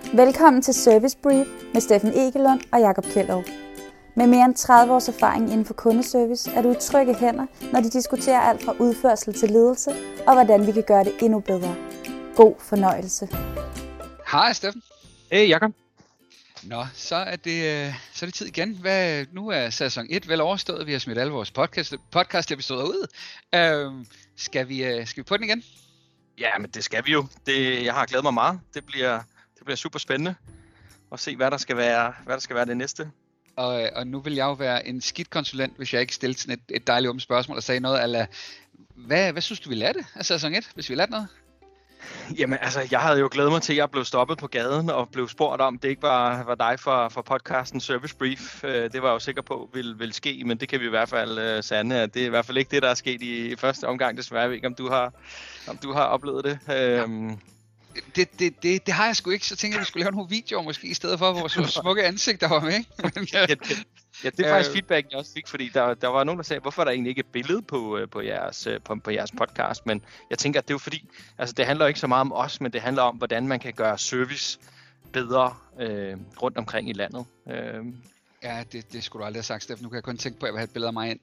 Velkommen til Service Brief med Steffen Egelund og Jakob Kjellerup. Med mere end 30 års erfaring inden for kundeservice er du i trygge hænder, når de diskuterer alt fra udførsel til ledelse og hvordan vi kan gøre det endnu bedre. God fornøjelse. Hej Steffen. Hey Jakob. Nå, så er det tid igen. Nu er sæson 1 vel overstået. Vi har smidt alle vores podcast episoder ud. Skal vi på den igen? Ja, men det skal vi jo. Jeg har glædet mig meget. Det bliver super spændende at se, hvad der skal være det næste. Og nu vil jeg jo være en skidt konsulent, hvis jeg ikke stillede sådan et dejligt åbent spørgsmål og sagde noget ala, hvad synes du, vi lærte af sæson 1, hvis vi lærte noget? Jamen altså, jeg havde jo glædet mig til, at jeg blev stoppet på gaden og blev spurgt om, det ikke var dig for podcasten Service Brief. Det var jeg jo sikker på ville ske, men det kan vi i hvert fald sande, at det er i hvert fald ikke det, der er sket i første omgang, desværre. Jeg ved ikke, om du har oplevet det. Ja. Det har jeg sgu ikke, så tænkte jeg, at vi skulle lave nogle videoer måske, i stedet for vores smukke ansigter var med, ikke? Ja, det er faktisk feedback, jeg også fik, fordi der var nogen, der sagde, hvorfor er der egentlig ikke et billede på jeres podcast, men jeg tænker, at det er jo fordi, altså det handler ikke så meget om os, men det handler om, hvordan man kan gøre service bedre rundt omkring i landet. Ja, det skulle du aldrig have sagt, Steffen. Nu kan jeg kun tænke på, at jeg vil have et billede af mig ind.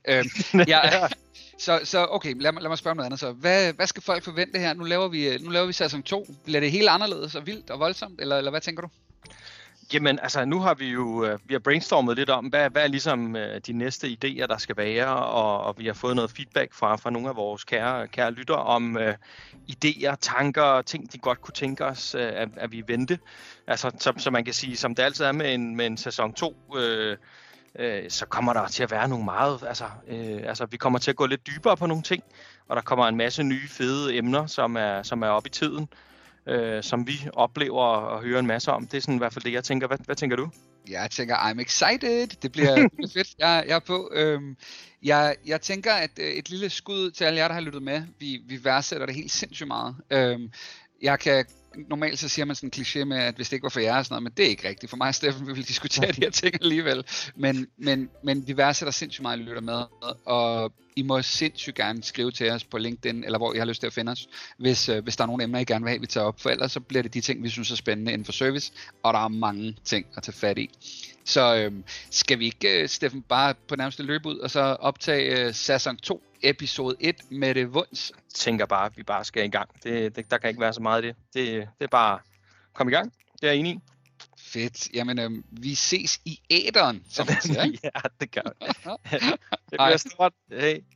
Så okay, lad mig spørge om noget andet. Så hvad skal folk forvente her? Nu laver vi sæson 2. Bliver det helt anderledes og vildt og voldsomt, eller hvad tænker du? Jamen, altså nu har vi jo brainstormet lidt om, hvad er ligesom de næste idéer, der skal være, og vi har fået noget feedback fra nogle af vores kære lyttere om idéer, tanker, ting, de godt kunne tænke os, at vi vente. Altså, så man kan sige, som det altid er med en sæson 2, så kommer der til at være nogle meget, altså vi kommer til at gå lidt dybere på nogle ting, og der kommer en masse nye fede emner, som er oppe i tiden. Som vi oplever og hører en masse om. Det er sådan i hvert fald det, jeg tænker. Hvad tænker du? Jeg tænker, I'm excited. Det bliver fedt. Jeg er på. Jeg tænker, at et lille skud til alle jer, der har lyttet med. Vi værdsætter det helt sindssygt meget. Jeg kan normalt så siger man sådan en kliché med, at hvis det ikke var for jer og sådan noget, men det er ikke rigtigt. For mig og Steffen, vi vil diskutere de her ting alligevel. Men vi værdsætter sindssygt meget, at I lytter med. Og I må sindssygt gerne skrive til os på LinkedIn, eller hvor I har lyst til at finde os, hvis der er nogle emner, I gerne vil have, vi tager op. For ellers så bliver det de ting, vi synes er spændende inden for service, og der er mange ting at tage fat i. Så skal vi ikke, Steffen, bare på nærmeste løb ud, og så optage sæson 2, episode 1 med det vunds? Jeg tænker bare, at vi bare skal i gang. Der kan ikke være så meget i det. Det er bare, kom i gang. Det er jeg enig i. Fedt. Jamen, vi ses i æteren, som man siger, ikke? Ja, det gør vi. Det bliver stort. Hey.